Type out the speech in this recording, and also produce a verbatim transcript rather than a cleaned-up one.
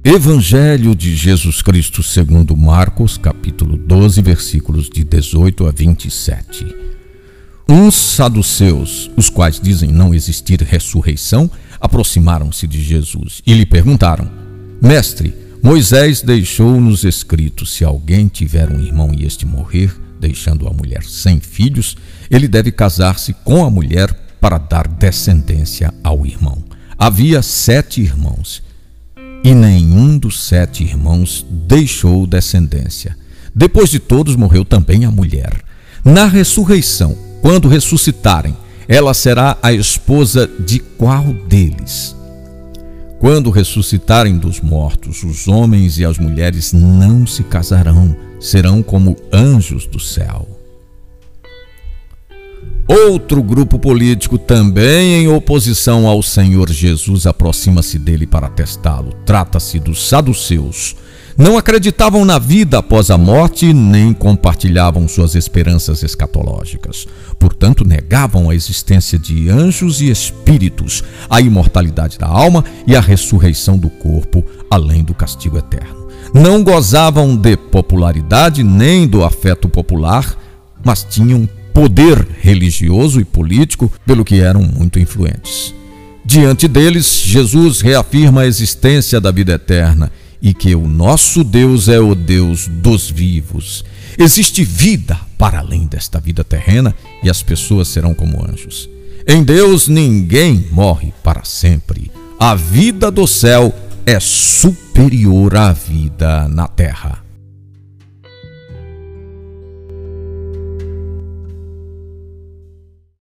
Evangelho de Jesus Cristo segundo Marcos, capítulo doze, versículos de dezoito a vinte e sete. Uns saduceus, os quais dizem não existir ressurreição, aproximaram-se de Jesus e lhe perguntaram: Mestre, Moisés deixou-nos escrito: se alguém tiver um irmão e este morrer, deixando a mulher sem filhos, ele deve casar-se com a mulher para dar descendência ao irmão. Havia sete irmãos, e nenhum dos sete irmãos deixou descendência. Depois de todos morreu também a mulher. Na ressurreição, quando ressuscitarem, ela será a esposa de qual deles? Quando ressuscitarem dos mortos, os homens e as mulheres não se casarão, serão como anjos do céu. Outro grupo político, também em oposição ao Senhor Jesus, aproxima-se dele para testá-lo. Trata-se dos saduceus. Não acreditavam na vida após a morte, nem compartilhavam suas esperanças escatológicas. Portanto, negavam a existência de anjos e espíritos, a imortalidade da alma e a ressurreição do corpo, além do castigo eterno. Não gozavam de popularidade nem do afeto popular, mas tinham poder religioso e político, pelo que eram muito influentes. Diante deles, Jesus reafirma a existência da vida eterna e que o nosso Deus é o Deus dos vivos. Existe vida para além desta vida terrena e as pessoas serão como anjos. Em Deus ninguém morre para sempre. A vida do céu é superior à vida na terra.